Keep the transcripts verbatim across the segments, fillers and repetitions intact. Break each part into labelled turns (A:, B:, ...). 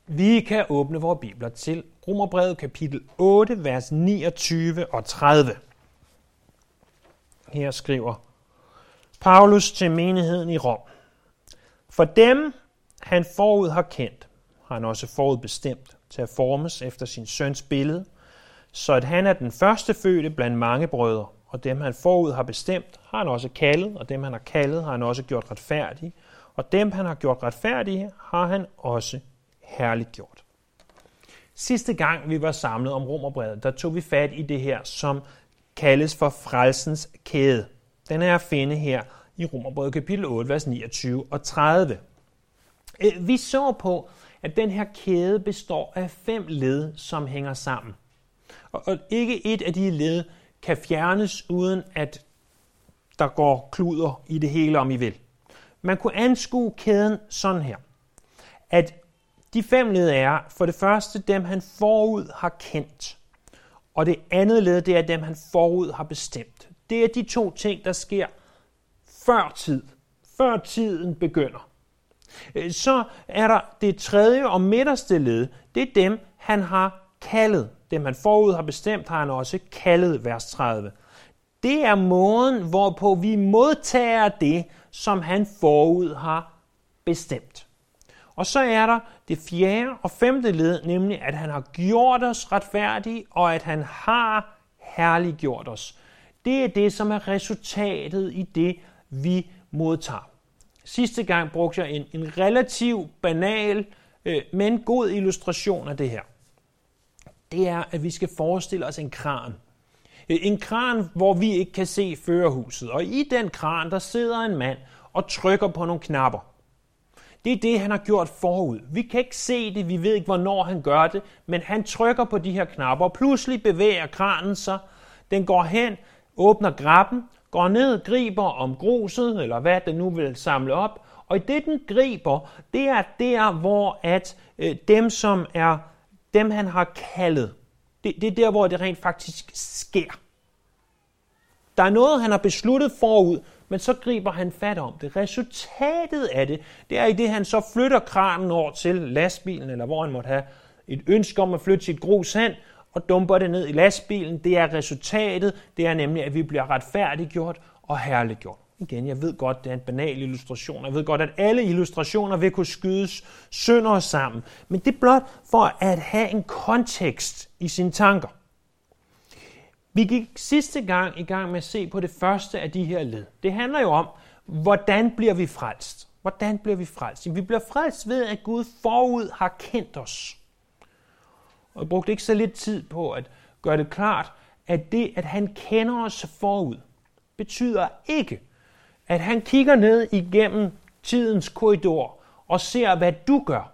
A: Vi kan åbne vores bibler til Romerbrevet kapitel otte, vers niogtyve og tredive. Her skriver Paulus til menigheden i Rom: For dem, han forud har kendt, har han også forud bestemt til at formes efter sin søns billede, så at han er den første fødte blandt mange brødre, og dem, han forud har bestemt, har han også kaldet, og dem, han har kaldet, har han også gjort retfærdige, og dem, han har gjort retfærdige, har han også herligt gjort. Sidste gang vi var samlet om Romerbrevet, der tog vi fat i det her, som kaldes for frelsens kæde. Den er at finde her i Romerbrevet kapitel otte, vers niogtyve og tredive. Vi så på, at den her kæde består af fem led, som hænger sammen. Og ikke et af de led kan fjernes, uden at der går kluder i det hele, om I vil. Man kunne anskue kæden sådan her, at de fem led er for det første dem, han forud har kendt. Og det andet led, det er dem, han forud har bestemt. Det er de to ting, der sker før tid. Før tiden begynder. Så er der det tredje og midterste led. Det er dem, han har kaldet. Dem, han forud har bestemt, har han også kaldet, vers tredive. Det er måden, hvorpå vi modtager det, som han forud har bestemt. Og så er der det fjerde og femte led, nemlig at han har gjort os retfærdige, og at han har herliggjort os. Det er det, som er resultatet i det, vi modtager. Sidste gang brugte jeg en, en relativt banal, øh, men god illustration af det her. Det er, at vi skal forestille os en kran. En kran, hvor vi ikke kan se førerhuset. Og i den kran, der sidder en mand og trykker på nogle knapper. Det er det, han har gjort forud. Vi kan ikke se det, vi ved ikke, hvornår han gør det, men han trykker på de her knapper, og pludselig bevæger kranen sig. Den går hen, åbner grappen, går ned, griber om gruset, eller hvad den nu vil samle op, og i det, den griber, det er der, hvor at øh, dem, som er dem, han har kaldet, det, det er der, hvor det rent faktisk sker. Der er noget, han har besluttet forud, men så griber han fat om det. Resultatet af det, det er i det, han så flytter kranen over til lastbilen, eller hvor han måtte have et ønske om at flytte sit grus hen, og dumper det ned i lastbilen. Det er resultatet. Det er nemlig, at vi bliver retfærdiggjort og herliggjort. Igen, jeg ved godt, det er en banal illustration. Jeg ved godt, at alle illustrationer vil kunne skydes sønder sammen. Men det er blot for at have en kontekst i sine tanker. Vi gik sidste gang i gang med at se på det første af de her led. Det handler jo om, hvordan bliver vi frelst? Hvordan bliver vi frelst? Vi bliver frelst ved, at Gud forud har kendt os. Og jeg brugte ikke så lidt tid på at gøre det klart, at det, at han kender os forud, betyder ikke, at han kigger ned igennem tidens korridor og ser, hvad du gør.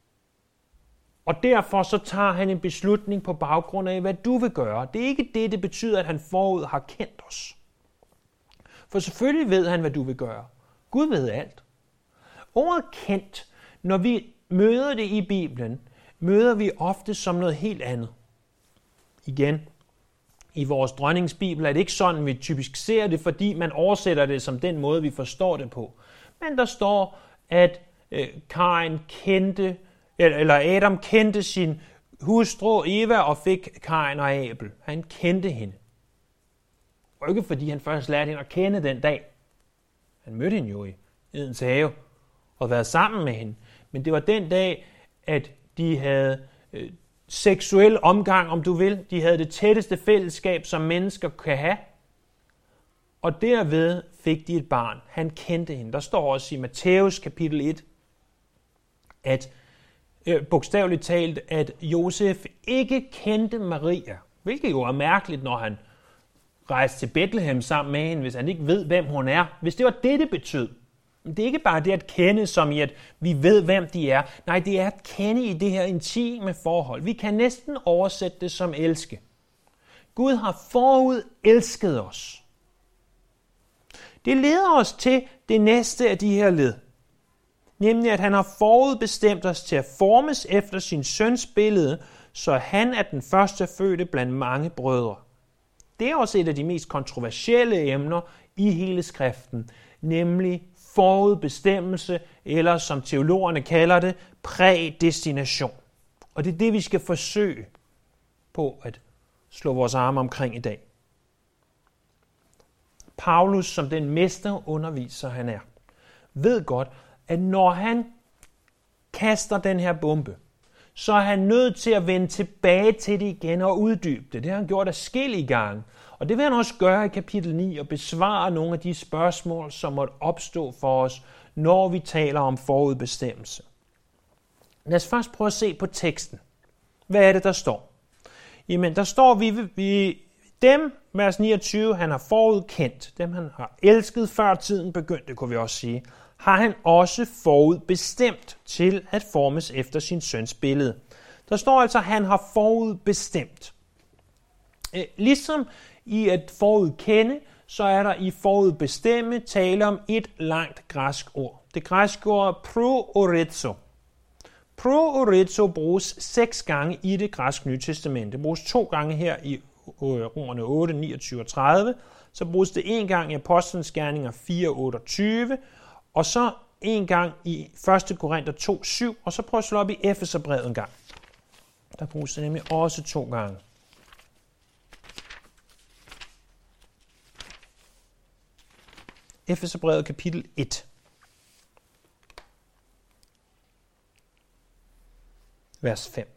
A: Og derfor så tager han en beslutning på baggrund af, hvad du vil gøre. Det er ikke det, det betyder, at han forud har kendt os. For selvfølgelig ved han, hvad du vil gøre. Gud ved alt. Ordet kendt, når vi møder det i Bibelen, møder vi ofte som noget helt andet. Igen, i vores dronningsbibel er det ikke sådan, vi typisk ser det, fordi man oversætter det som den måde, vi forstår det på. Men der står, at øh, Kain kendte, eller Adam kendte sin hustru Eva og fik Kain og Abel. Han kendte hende. Og ikke fordi han først lærte hende at kende den dag. Han mødte hende jo i Edens have og været sammen med hende. Men det var den dag, at de havde øh, seksuel omgang, om du vil. De havde det tætteste fællesskab, som mennesker kan have. Og derved fik de et barn. Han kendte hende. Der står også i Matthæus kapitel et, at øh, bogstaveligt talt, at Josef ikke kendte Maria. Hvilket jo er mærkeligt, når han rejste til Bethlehem sammen med hende, hvis han ikke ved, hvem hun er. Hvis det var det, det betød. Det er ikke bare det at kende, som i at vi ved, hvem de er. Nej, det er at kende i det her intime forhold. Vi kan næsten oversætte det som elske. Gud har forud elsket os. Det leder os til det næste af de her led. Nemlig, at han har forudbestemt os til at formes efter sin søns billede, så han er den første fødte blandt mange brødre. Det er også et af de mest kontroversielle emner i hele skriften, nemlig forudbestemmelse, eller som teologerne kalder det, prædestination. Og det er det, vi skal forsøge på at slå vores arme omkring i dag. Paulus, som den mesterunderviser han er, ved godt, at når han kaster den her bombe, så er han nødt til at vende tilbage til det igen og uddybe det. Det har han gjort adskillige gange. Og det vil han også gøre i kapitel ni og besvare nogle af de spørgsmål, som måtte opstå for os, når vi taler om forudbestemmelse. Lad os først prøve at se på teksten. Hvad er det, der står? Jamen, der står vi, vi dem, vers niogtyve, han har forudkendt, dem han har elsket før tiden begyndte, kunne vi også sige, har han også forudbestemt til at formes efter sin søns billede. Der står altså, at han har forudbestemt. Ligesom i at forudkende, så er der i forudbestemme tale om et langt græsk ord. Det græske ord proorizo. Proorizo bruges seks gange i det græske Nye Testamente. Det bruges to gange her i Romerne otte, niogtyve og tredive. Så bruges det en gang i Apostlenes Gerninger fire, otteogtyve. Og så en gang i første Korinther to, syv. Og så prøv at slå op i Efeserbrevet en gang. Der bruges det nemlig også to gange. Efeserbrevet kapitel et. Vers fem.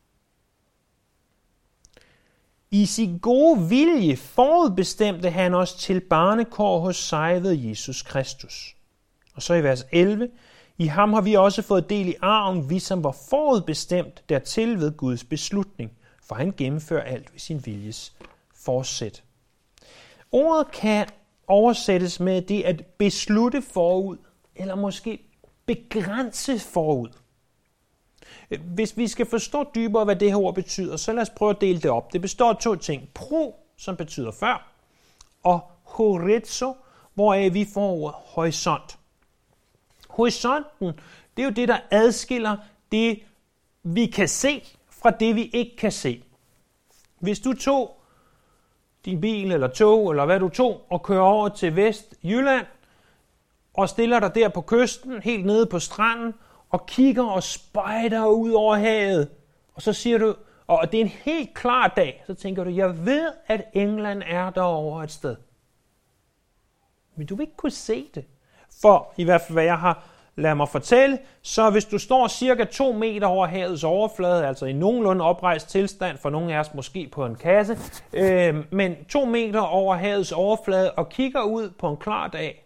A: I sin gode vilje forudbestemte han os til barnekår hos sig ved Jesus Kristus. Og så i vers elleve. I ham har vi også fået del i arven, vi som var forudbestemt dertil ved Guds beslutning, for han gennemfører alt ved sin viljes forsæt. Ordet kan oversættes med det at beslutte forud, eller måske begrænse forud. Hvis vi skal forstå dybere, hvad det her ord betyder, så lad os prøve at dele det op. Det består af to ting. Pro, som betyder før, og horizo, hvoraf vi får ordet horisont. Horisonten, det er jo det, der adskiller det, vi kan se, fra det, vi ikke kan se. Hvis du tog din bil eller tog, eller hvad du tog, og kører over til Vestjylland, og stiller dig der på kysten, helt nede på stranden, og kigger og spejder ud over havet, og så siger du, og det er en helt klar dag, så tænker du, jeg ved, at England er derovre et sted. Men du vil ikke kunne se det. For i hvert fald, hvad jeg har ladet mig fortælle, så hvis du står cirka to meter over havets overflade, altså i nogenlunde oprejst tilstand, for nogle af os måske på en kasse, øh, men to meter over havets overflade og kigger ud på en klar dag,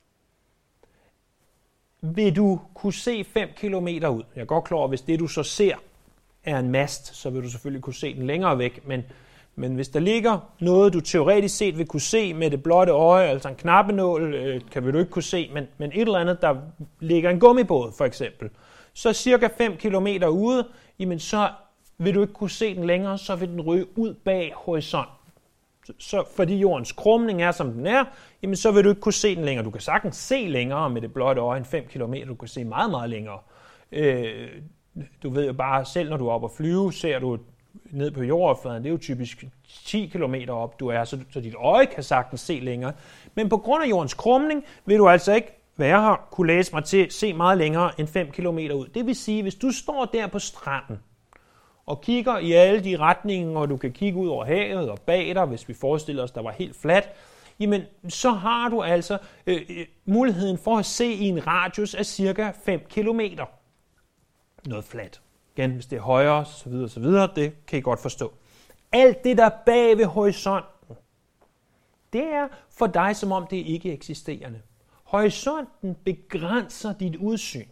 A: vil du kunne se fem kilometer ud. Jeg er godt klar over, hvis det du så ser er en mast, så vil du selvfølgelig kunne se den længere væk, men, men hvis der ligger noget, du teoretisk set vil kunne se med det blotte øje, altså en knappenål, øh, kan vi du ikke kunne se, men, men et eller andet, der ligger en gummibåd for eksempel, så cirka fem kilometer ude, jamen så vil du ikke kunne se den længere, så vil den ryge ud bag horisonten. Så fordi jordens krumning er, som den er, jamen så vil du ikke kunne se den længere. Du kan sagtens se længere med det blotte øje end fem kilometer. Du kan se meget, meget længere. Øh, du ved jo bare, selv når du er oppe at flyve, ser du ned på jordoverfladen. Det er jo typisk ti kilometer op, du er, så, så dit øje kan sagtens se længere. Men på grund af jordens krumning vil du altså ikke, hvad jeg har kunne læse mig til, se meget længere end fem kilometer ud. Det vil sige, hvis du står der på stranden, og kigger i alle de retninger, og du kan kigge ud over havet og bag dig, hvis vi forestiller os, der var helt fladt, jamen så har du altså øh, muligheden for at se i en radius af cirka fem kilometer. Noget fladt. Igen, hvis det er højere, så videre, så videre, det kan I godt forstå. Alt det, der er bag ved horisonten, det er for dig, som om det ikke er eksisterende. Horisonten begrænser dit udsyn.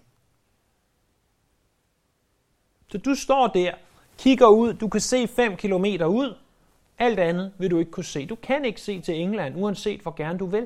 A: Så du står der, kigger ud, du kan se fem kilometer ud. Alt andet vil du ikke kunne se. Du kan ikke se til England, uanset hvor gerne du vil.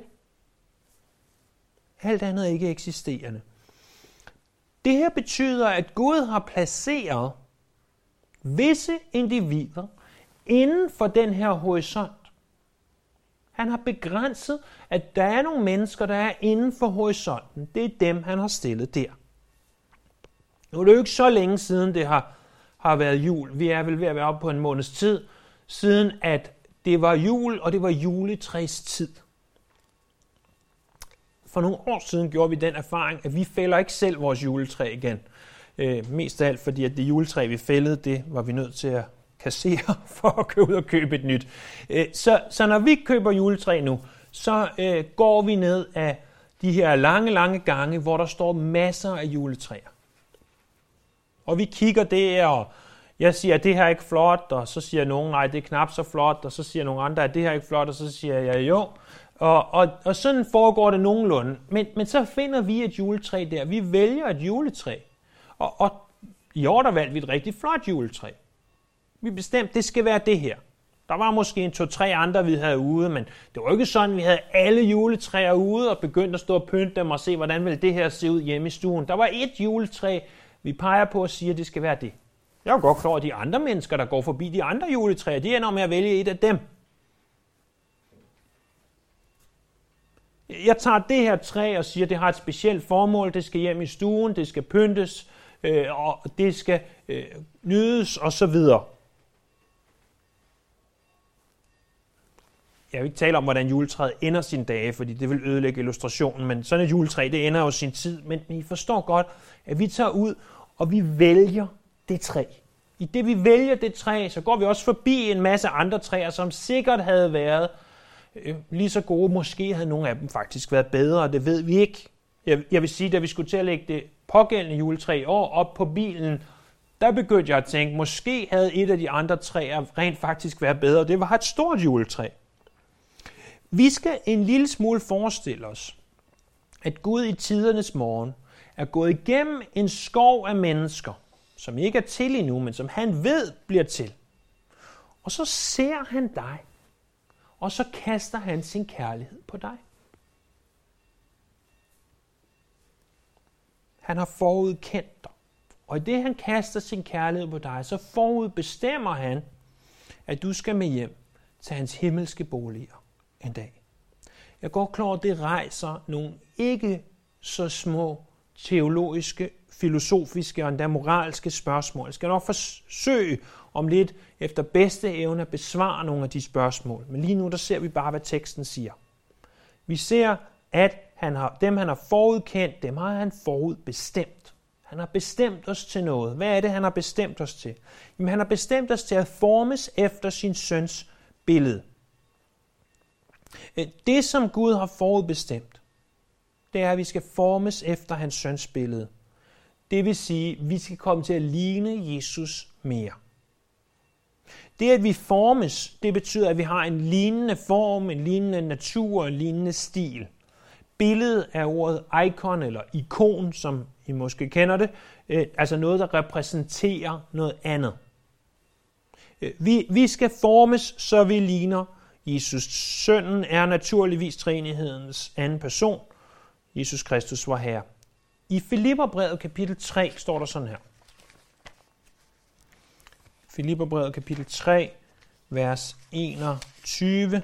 A: Alt andet er ikke eksisterende. Det her betyder, at Gud har placeret visse individer inden for den her horisont. Han har begrænset, at der er nogle mennesker, der er inden for horisonten. Det er dem, han har stillet der. Nu er det jo ikke så længe siden, det har, har været jul. Vi er vel ved at være oppe på en måneds tid, siden at det var jul, og det var juletræs tid. For nogle år siden gjorde vi den erfaring, at vi fælder ikke selv vores juletræ igen. Øh, mest af alt fordi, at det juletræ, vi fældede, det var vi nødt til at kassere for at købe ud og købe et nyt. Øh, så, så når vi køber juletræ nu, så øh, går vi ned af de her lange, lange gange, hvor der står masser af juletræer. Og vi kigger der, og jeg siger, at det her er ikke flot, og så siger nogen, nej, det er knap så flot, og så siger nogle andre, at det her er ikke flot, og så siger jeg, jo. Og, og, og sådan foregår det nogenlunde. Men, men så finder vi et juletræ der. Vi vælger et juletræ. Og, og i år der valgte vi et rigtig flot juletræ. Vi bestemte, det skal være det her. Der var måske en to-tre andre, vi havde ude, men det var ikke sådan, vi havde alle juletræer ude og begyndte at stå og pynte dem og se, hvordan ville det her se ud hjemme i stuen. Der var et juletræ, vi peger på og siger, at det skal være det. Jeg er jo godt klar over, at de andre mennesker, der går forbi de andre juletræer, de ender med at vælge et af dem. Jeg tager det her træ og siger, at det har et specielt formål. Det skal hjem i stuen, det skal pyntes, øh, og det skal øh, nydes osv. Jeg vil ikke tale om, hvordan juletræet ender sine dage, fordi det vil ødelægge illustrationen, men sådan et juletræ, det ender jo sin tid. Men I forstår godt, at vi tager ud, og vi vælger det træ. I det vi vælger det træ, så går vi også forbi en masse andre træer, som sikkert havde været øh, lige så gode. Måske havde nogle af dem faktisk været bedre, det ved vi ikke. Jeg, jeg vil sige, da vi skulle til at lægge det pågældende juletræ i år op på bilen, der begyndte jeg at tænke, måske havde et af de andre træer rent faktisk været bedre. Det var et stort juletræ. Vi skal en lille smule forestille os, at Gud i tidernes morgen er gået igennem en skov af mennesker, som ikke er til endnu, men som han ved bliver til. Og så ser han dig, og så kaster han sin kærlighed på dig. Han har forudkendt dig, og i det han kaster sin kærlighed på dig, så forudbestemmer han, at du skal med hjem til hans himmelske boliger en dag. Jeg går klar, at det rejser nogle ikke så små teologiske, filosofiske og endda moralske spørgsmål. Jeg skal nok forsøge om lidt efter bedste evne at besvare nogle af de spørgsmål. Men lige nu der ser vi bare, hvad teksten siger. Vi ser, at han har, dem han har forudkendt, dem har han forudbestemt. Han har bestemt os til noget. Hvad er det, han har bestemt os til? Jamen, han har bestemt os til at formes efter sin søns billede. Det, som Gud har forudbestemt, det er, at vi skal formes efter hans søns billede. Det vil sige, at vi skal komme til at ligne Jesus mere. Det, at vi formes, det betyder, at vi har en lignende form, en lignende natur, en lignende stil. Billedet er ordet icon eller ikon, som I måske kender det, altså noget, der repræsenterer noget andet. Vi, vi skal formes, så vi ligner Jesus. Sønnen er naturligvis treenighedens anden person. Jesus Kristus var Herre. I Filipperbrevet kapitel tre står der sådan her. Filipperbrevet kapitel tre, vers enogtyve.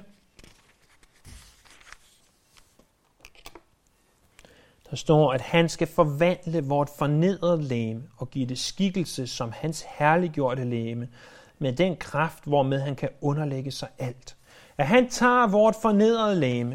A: Der står, at han skal forvandle vort fornedrede legeme og give det skikkelse som hans herliggjorte legeme, med den kraft, hvormed han kan underlægge sig alt. At han tager vort fornedrede legeme,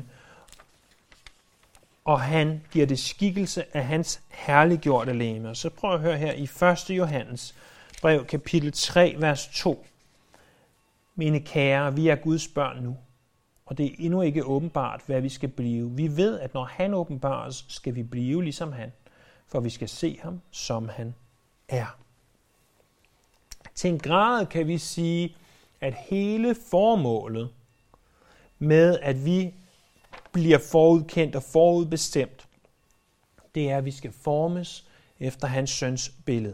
A: og han giver det skikkelse af hans herliggjorte legeme. Så prøv at høre her i første Johannes brev, kapitel tre, vers to. Mine kære, vi er Guds børn nu, og det er endnu ikke åbenbart, hvad vi skal blive. Vi ved, at når han åbenbares, skal vi blive ligesom han, for vi skal se ham, som han er. Til en grad kan vi sige, at hele formålet med, at vi bliver forudkendt og forudbestemt, det er, at vi skal formes efter hans søns billede.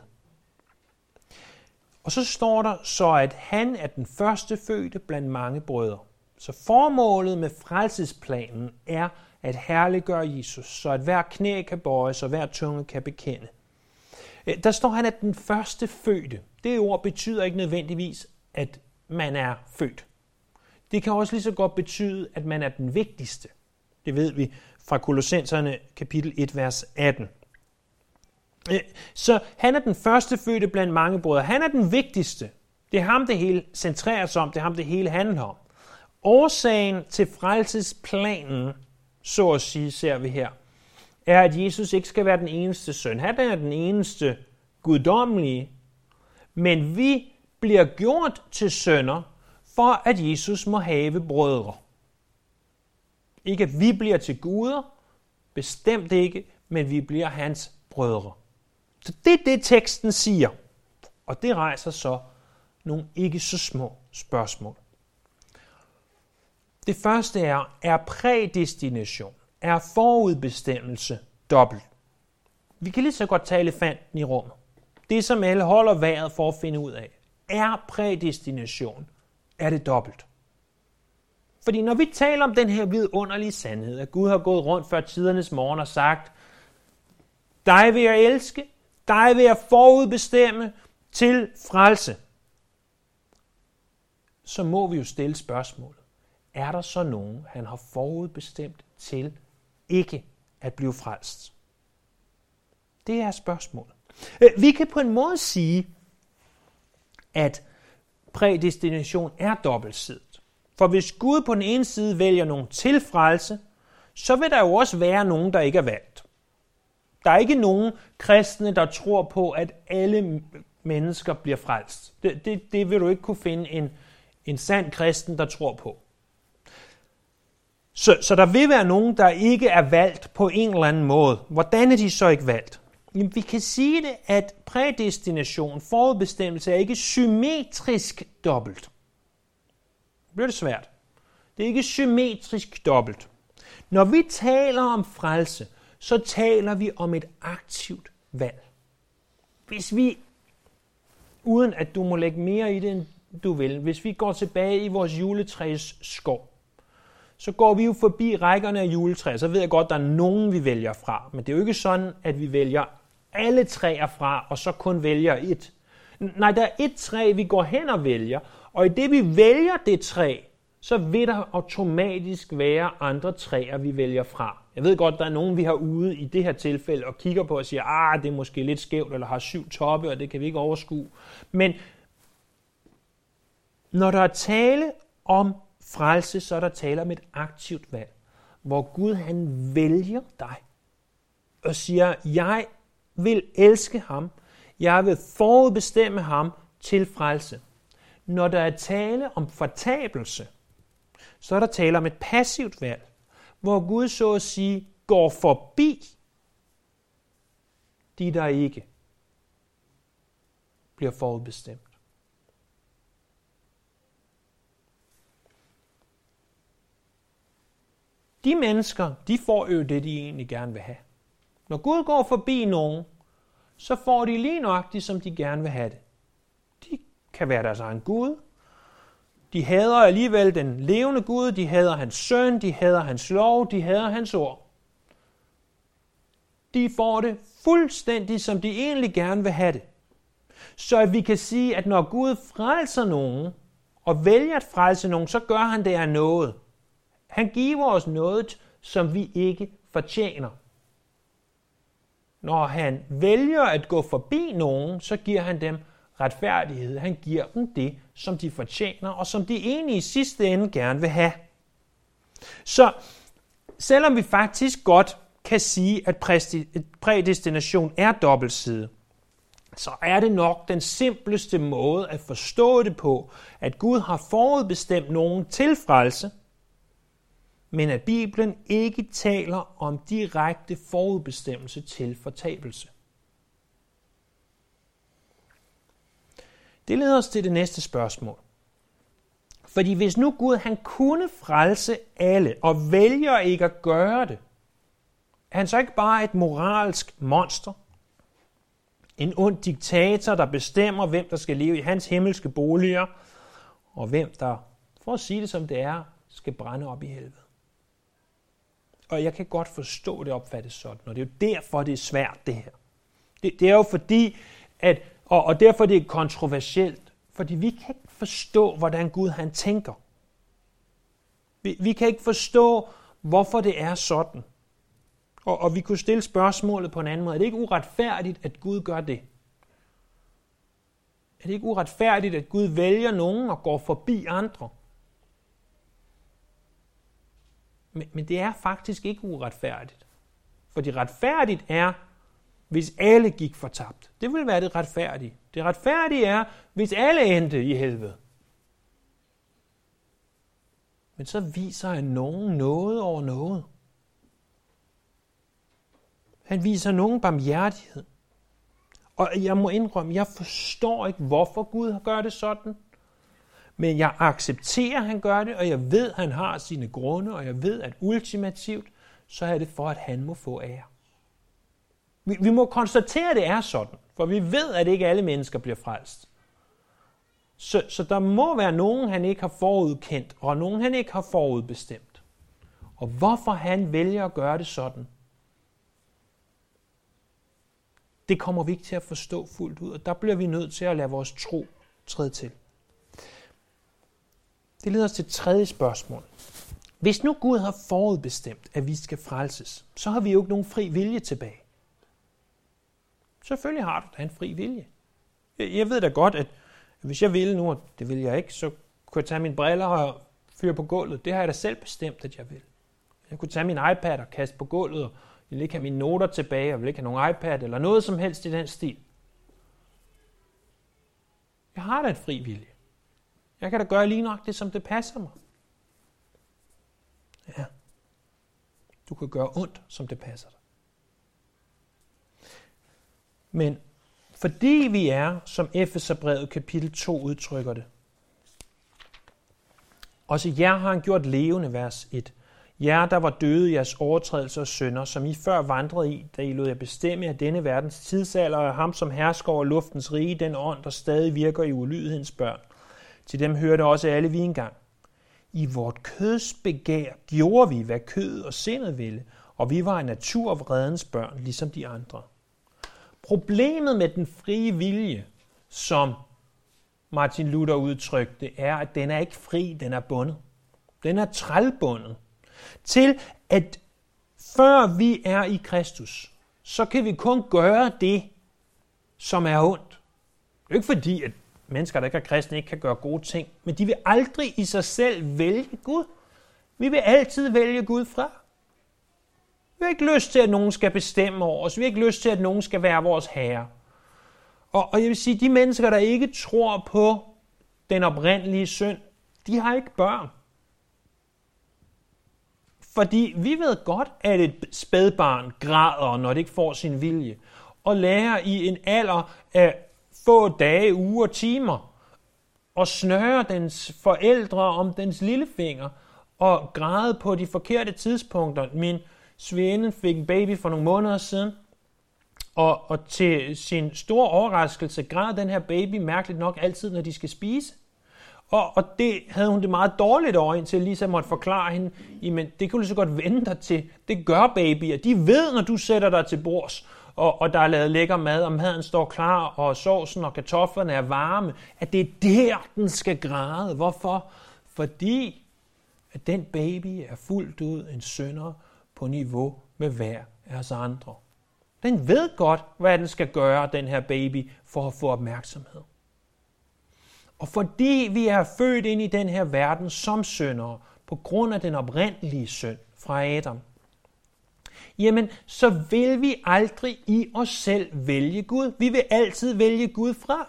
A: Og så står der så, at han er den første fødte blandt mange brødre. Så formålet med frelsesplanen er at herliggøre Jesus, så at hver knæ kan bøjes og hver tunge kan bekende. Der står han, at den første fødte. Det ord betyder ikke nødvendigvis, at man er født. Det kan også lige så godt betyde, at man er den vigtigste. Det ved vi fra Kolossenserne kapitel et, vers atten. Så han er den første fødte blandt mange brødre. Han er den vigtigste. Det er ham, det hele centrerer sig om. Det er ham, det hele handler om. Årsagen til frelsesplanen, så at sige, ser vi her, er, at Jesus ikke skal være den eneste søn. Han er den eneste guddommelige, men vi bliver gjort til sønner, for at Jesus må have brødre. Ikke at vi bliver til guder, bestemt ikke, men vi bliver hans brødre. Så det er det, teksten siger. Og det rejser så nogle ikke så små spørgsmål. Det første er, er prædestination, er forudbestemmelse dobbelt? Vi kan lige så godt tage elefanten i rummet. Det, som alle holder vejret for at finde ud af, er prædestination, er det dobbelt? Fordi når vi taler om den her vidunderlige sandhed, at Gud har gået rundt før tidernes morgen og sagt, dig vil jeg elske, dig vil jeg forudbestemme til frelse, så må vi jo stille spørgsmålet. Er der så nogen, han har forudbestemt til ikke at blive frelst? Det er spørgsmålet. Vi kan på en måde sige, at prædestination er dobbeltsidet. For hvis Gud på den ene side vælger nogen til frelse, så vil der jo også være nogen, der ikke er valgt. Der er ikke nogen kristne, der tror på, at alle mennesker bliver frelst. Det, det, det vil du ikke kunne finde en, en sand kristen, der tror på. Så, så der vil være nogen, der ikke er valgt på en eller anden måde. Hvordan er de så ikke valgt? Jamen, vi kan sige det, at prædestination, forudbestemmelse, er ikke symmetrisk dobbelt. Det bliver det svært. Det er ikke symmetrisk dobbelt. Når vi taler om frelse, så taler vi om et aktivt valg. Hvis vi, uden at du må lægge mere i det, end du vil, hvis vi går tilbage i vores juletræs skov, så går vi jo forbi rækkerne af juletræer, så ved jeg godt, at der er nogen, vi vælger fra. Men det er jo ikke sådan, at vi vælger alle træer fra, og så kun vælger et. Nej, der er et træ, vi går hen og vælger, og i det, vi vælger det træ, så vil der automatisk være andre træer, vi vælger fra. Jeg ved godt, der er nogen, vi har ude i det her tilfælde, og kigger på og siger, ah, det er måske lidt skævt, eller har syv toppe, og det kan vi ikke overskue. Men når der er tale om frelse, så er der tale om et aktivt valg, hvor Gud han vælger dig og siger, jeg vil elske ham, jeg vil forudbestemme ham til frelse. Når der er tale om fortabelse, så er der tale om et passivt valg, hvor Gud så at sige går forbi de, der ikke bliver forudbestemt. De mennesker, de får jo det, de egentlig gerne vil have. Når Gud går forbi nogen, så får de lige nøjagtigt, som de gerne vil have det. De kan være deres egen Gud. De hader alligevel den levende Gud. De hader hans søn. De hader hans lov. De hader hans ord. De får det fuldstændig, som de egentlig gerne vil have det. Så at vi kan sige, at når Gud frelser nogen, og vælger at frelse nogen, så gør han det af noget. Han giver os noget, som vi ikke fortjener. Når han vælger at gå forbi nogen, så giver han dem retfærdighed. Han giver dem det, som de fortjener, og som de egentlig i sidste ende gerne vil have. Så selvom vi faktisk godt kan sige, at prædestination er dobbeltsidet, så er det nok den simpleste måde at forstå det på, at Gud har forudbestemt nogen til frelse, men at Bibelen ikke taler om direkte forudbestemmelse til fortabelse. Det leder os til det næste spørgsmål. Fordi hvis nu Gud han kunne frelse alle og vælger ikke at gøre det, er han så ikke bare et moralsk monster? En ond diktator, der bestemmer, hvem der skal leve i hans himmelske boliger, og hvem der, for at sige det som det er, skal brænde op i helvede. Og jeg kan godt forstå, det opfattes sådan, og det er jo derfor, det er svært, det her. Det, det er jo fordi, at, og, og derfor det er kontroversielt, fordi vi kan ikke forstå, hvordan Gud han tænker. Vi, vi kan ikke forstå, hvorfor det er sådan. Og, og vi kunne stille spørgsmålet på en anden måde. Er det ikke uretfærdigt, at Gud gør det? Er det ikke uretfærdigt, at Gud vælger nogen og går forbi andre? Men, men det er faktisk ikke uretfærdigt. Fordi retfærdigt er, hvis alle gik fortabt. Det vil være det retfærdige. Det retfærdige er, hvis alle endte i helvede. Men så viser han nogen noget over noget. Han viser nogen barmhjertighed. Og jeg må indrømme, jeg forstår ikke, hvorfor Gud gør det sådan. Men jeg accepterer, at han gør det, og jeg ved, at han har sine grunde, og jeg ved, at ultimativt, så er det for, at han må få ære. Vi, vi må konstatere, at det er sådan, for vi ved, at ikke alle mennesker bliver frelst. Så, så der må være nogen, han ikke har forudkendt, og nogen, han ikke har forudbestemt. Og hvorfor han vælger at gøre det sådan, det kommer vi ikke til at forstå fuldt ud, og der bliver vi nødt til at lade vores tro træde til. Det leder os til et tredje spørgsmål. Hvis nu Gud har forudbestemt, at vi skal frelses, så har vi jo ikke nogen fri vilje tilbage. Selvfølgelig har du da en fri vilje. Jeg ved da godt, at hvis jeg ville nu, og det vil jeg ikke, så kunne jeg tage mine briller og fyre på gulvet. Det har jeg da selv bestemt, at jeg vil. Jeg kunne tage min iPad og kaste på gulvet, og jeg vil ikke have mine noter tilbage, og jeg vil ikke have nogen iPad, eller noget som helst i den stil. Jeg har da en fri vilje. Jeg kan da gøre lige nok det, som det passer mig. Ja. Du kan gøre ondt, som det passer dig. Men fordi vi er, som Efeserbrevet kapitel to udtrykker det, også jer har han gjort levende, vers et. Jer, der var døde i jeres overtrædelser og synder, som I før vandrede i, da I lod jer bestemme af denne verdens tidsalder, og ham, som hersker over luftens rige, den ånd, der stadig virker i ulydighedens børn. Til dem hørte også alle vi engang. I vort køds begær gjorde vi, hvad kødet og sindet ville, og vi var en naturvredens børn, ligesom de andre. Problemet med den frie vilje, som Martin Luther udtrykte, er, at den er ikke fri, den er bundet. Den er trælbundet. Til at før vi er i Kristus, så kan vi kun gøre det, som er ondt. Det er ikke fordi, at mennesker, der ikke er kristne, ikke kan gøre gode ting, men de vil aldrig i sig selv vælge Gud. Vi vil altid vælge Gud fra. Vi har ikke lyst til, at nogen skal bestemme over os. Vi har ikke lyst til, at nogen skal være vores herre. Og, og jeg vil sige, de mennesker, der ikke tror på den oprindelige synd, de har ikke børn. Fordi vi ved godt, at et spædbarn græder, når det ikke får sin vilje, og lærer i en alder af få dage, uger, timer, og snøre dens forældre om dens lillefinger, og græde på de forkerte tidspunkter. Min svigerinde fik en baby for nogle måneder siden, og, og til sin store overraskelse græd den her baby mærkeligt nok altid, når de skal spise. Og, og det havde hun det meget dårligt over, indtil Lisa måtte forklare hende, jamen det kan du lige så godt vende dig til. Det gør babyer. De ved, når du sætter dig til bords, og, og der er lavet lækker mad, og maden står klar, og sovsen og kartoflerne er varme, at det er der, den skal græde. Hvorfor? Fordi at den baby er fuldt ud en synder på niveau med hver af os andre. Den ved godt, hvad den skal gøre, den her baby, for at få opmærksomhed. Og fordi vi er født ind i den her verden som syndere, på grund af den oprindelige synd fra Adam, jamen så vil vi aldrig i os selv vælge Gud. Vi vil altid vælge Gud fra.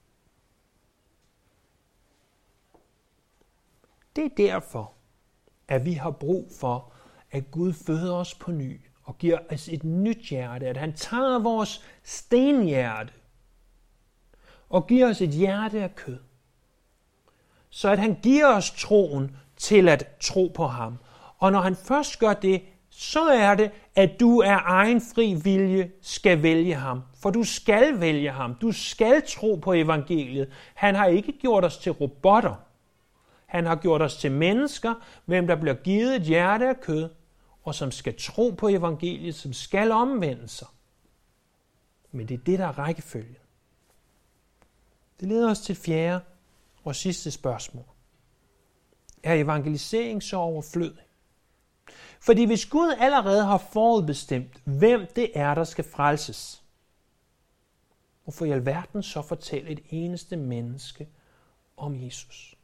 A: Det er derfor, at vi har brug for, at Gud føder os på ny og giver os et nyt hjerte, at han tager vores stenhjerte og giver os et hjerte af kød. Så at han giver os troen til at tro på ham. Og når han først gør det, så er det, at du af egen fri vilje skal vælge ham. For du skal vælge ham. Du skal tro på evangeliet. Han har ikke gjort os til robotter. Han har gjort os til mennesker, hvem der bliver givet et hjerte af kød, og som skal tro på evangeliet, som skal omvende sig. Men det er det, der er rækkefølgen. Det leder os til fjerde og sidste spørgsmål. Er evangelisering så overflødig? Fordi hvis Gud allerede har forudbestemt, hvem det er, der skal frelses, hvorfor i alverden så fortælle et eneste menneske om Jesus?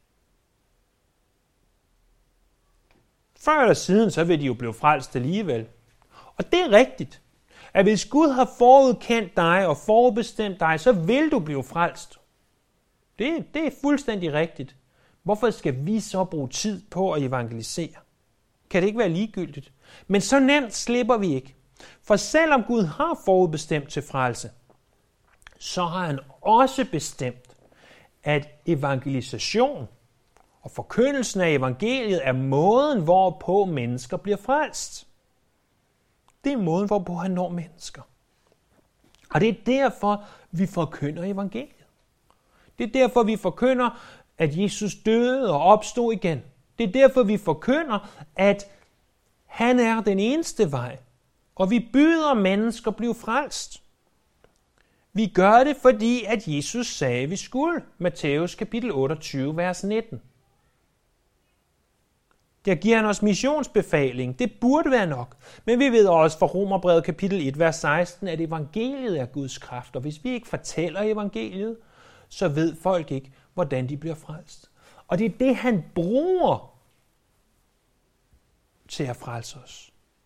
A: Før eller siden, så vil de jo blive frelst alligevel. Og det er rigtigt, at hvis Gud har forudkendt dig og forudbestemt dig, så vil du blive frelst. Det, det er fuldstændig rigtigt. Hvorfor skal vi så bruge tid på at evangelisere? Kan det ikke være ligegyldigt? Men så nemt slipper vi ikke. For selvom Gud har forudbestemt til frelse, så har han også bestemt, at evangelisation og forkyndelsen af evangeliet er måden, hvorpå mennesker bliver frelst. Det er måden, hvorpå han når mennesker. Og det er derfor, vi forkynder evangeliet. Det er derfor, vi forkynder, at Jesus døde og opstod igen. Det er derfor, vi forkynder, at han er den eneste vej. Og vi byder mennesker blive frelst. Vi gør det, fordi at Jesus sagde, at vi skulle. Matthæus kapitel otteogtyve, vers nitten. Der giver han os missionsbefaling. Det burde være nok. Men vi ved også fra Romerbrevet kapitel et, vers seksten, at evangeliet er Guds kraft. Og hvis vi ikke fortæller evangeliet, så ved folk ikke, hvordan de bliver frelst. Og det er det, han bruger til at frelse os.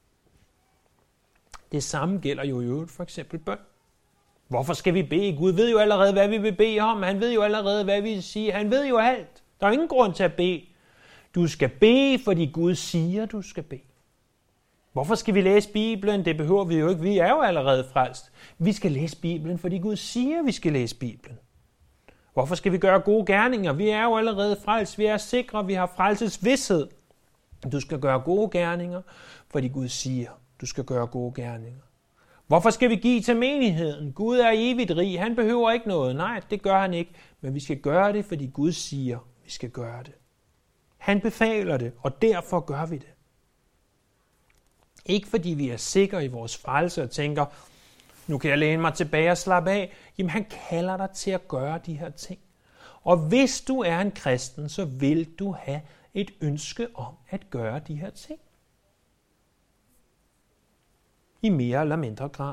A: Det samme gælder jo i øvrigt for eksempel bøn. Hvorfor skal vi bede? Gud ved jo allerede, hvad vi vil bede om. Han ved jo allerede, hvad vi vil sige. Han ved jo alt. Der er ingen grund til at bede. Du skal bede, fordi Gud siger, du skal bede. Hvorfor skal vi læse Bibelen? Det behøver vi jo ikke. Vi er jo allerede frelst. Vi skal læse Bibelen, fordi Gud siger, vi skal læse Bibelen. Hvorfor skal vi gøre gode gerninger? Vi er jo allerede frelst. Vi er sikre. Vi har frelses vished. Du skal gøre gode gerninger, fordi Gud siger, du skal gøre gode gerninger. Hvorfor skal vi give til menigheden? Gud er evigt rig. Han behøver ikke noget. Nej, det gør han ikke. Men vi skal gøre det, fordi Gud siger, vi skal gøre det. Han befaler det, og derfor gør vi det. Ikke fordi vi er sikre i vores frelse og tænker, nu kan jeg læne mig tilbage og slappe af. Jamen, han kalder dig til at gøre de her ting. Og hvis du er en kristen, så vil du have et ønske om at gøre de her ting. I mere eller mindre grad.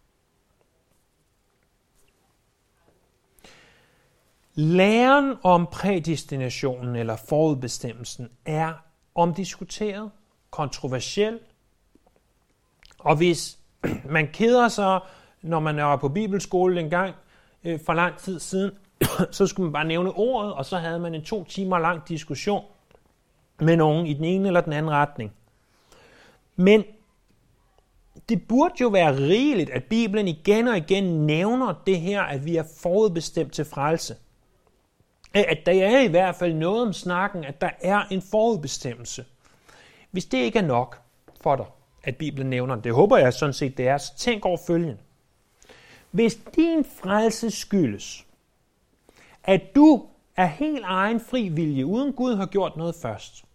A: Læren om prædestinationen eller forudbestemmelsen er omdiskuteret, kontroversiel. Og hvis man keder sig, når man er på bibelskole en gang øh, for lang tid siden, så skulle man bare nævne ordet, og så havde man en to timer lang diskussion med nogen i den ene eller den anden retning. Men det burde jo være rigeligt, at Bibelen igen og igen nævner det her, at vi er forudbestemt til frelse. At der er i hvert fald noget om snakken, at der er en forudbestemmelse. Hvis det ikke er nok for dig, at Bibelen nævner det, det håber jeg sådan set det er, så tænk over følgende. Hvis din frelse skyldes, at du af helt egen fri vilje, uden Gud har gjort noget først,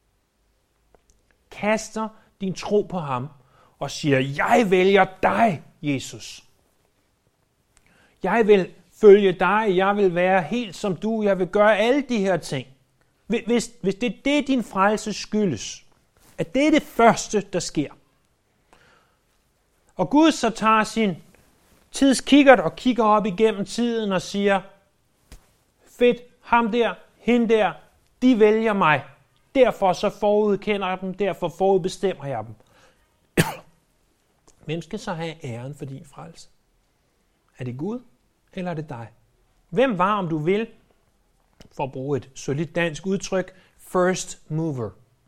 A: kaster din tro på ham og siger, jeg vælger dig, Jesus. Jeg vil følge dig, jeg vil være helt som du, jeg vil gøre alle de her ting. Hvis, hvis det er det, din frelse skyldes, at det er det første, der sker, og Gud så tager sin tidskikkert og kigger op igennem tiden og siger, fedt, ham der, hende der, de vælger mig. Derfor så forudkender jeg dem, derfor forudbestemmer jeg dem. Hvem skal så have æren for din frelse? Er det Gud, eller er det dig? Hvem var, om du vil, for at bruge et solidt dansk udtryk, first mover?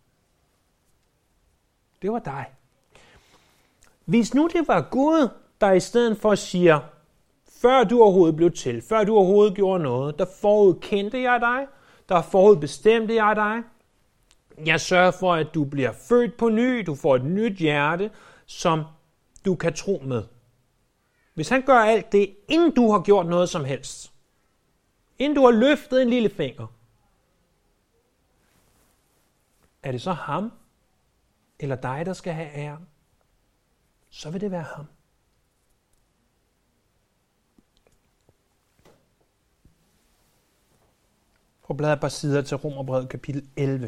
A: Det var dig. Hvis nu det var Gud, der i stedet for siger, før du overhovedet blev til, før du overhovedet gjorde noget, der forudkendte jeg dig, der forudbestemte jeg dig, jeg sørger for, at du bliver født på ny, du får et nyt hjerte, som du kan tro med. Hvis han gør alt det, inden du har gjort noget som helst, inden du har løftet en lille finger, er det så ham eller dig, der skal have æren? Så vil det være ham. Prøv at bladre et par sider til Romerbrevet kapitel elleve.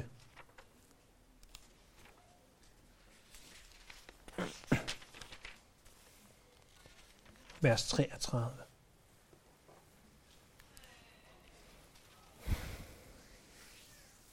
A: Vers treogtredive.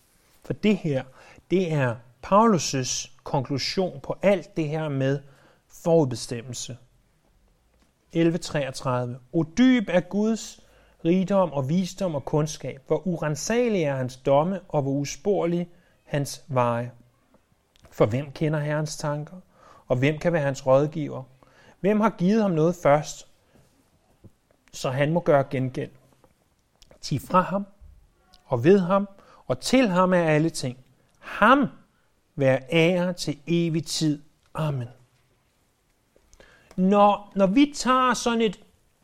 A: For det her, det er Paulus' konklusion på alt det her med Forudbestemmelse. elleve treogtredive. O dyb er Guds rigdom og visdom og kundskab, hvor uransagelig er hans domme, og hvor usporlig hans veje. For hvem kender Herrens tanker, og hvem kan være hans rådgiver? Hvem har givet ham noget først, så han må gøre gengæld? Ti fra ham, og ved ham, og til ham er alle ting. Ham være ære til evig tid. Amen. Når, når vi tager sådan et,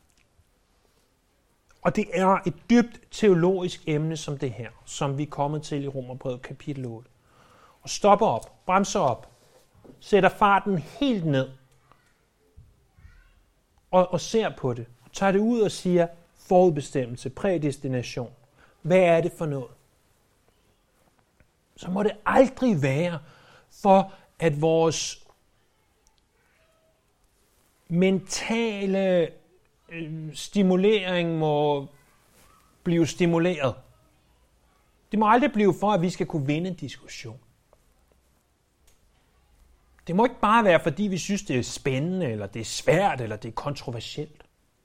A: og det er et dybt teologisk emne som det her, som vi er kommet til i Romerbrevet kapitel otte, og stopper op, bremser op, sætter farten helt ned, og, og ser på det, og tager det ud og siger, forudbestemmelse, prædestination. Hvad er det for noget? Så må det aldrig være for, at vores mentale øh, stimulering må blive stimuleret. Det må aldrig blive for, at vi skal kunne vinde en diskussion. Det må ikke bare være, fordi vi synes, det er spændende, eller det er svært, eller det er kontroversielt.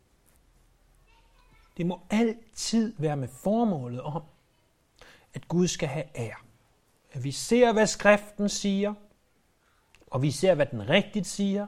A: Det må altid være med formålet om, at Gud skal have ære. At vi ser, hvad skriften siger, og vi ser, hvad den rigtigt siger,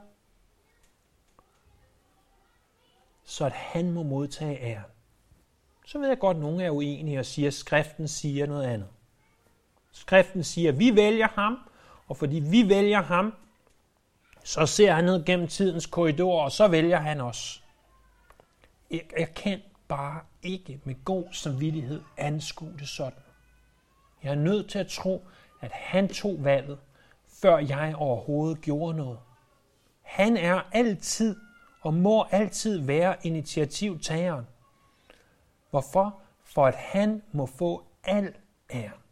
A: så at han må modtage æren. Så ved jeg godt, at nogle er uenige og siger, at skriften siger noget andet. Skriften siger, at vi vælger ham, og fordi vi vælger ham, så ser han ned gennem tidens korridor, og så vælger han os. Jeg, jeg kan bare ikke med god samvittighed anskue det sådan. Jeg er nødt til at tro, at han tog valget, før jeg overhovedet gjorde noget. Han er altid og må altid være initiativtageren. Hvorfor? For at han må få al ære.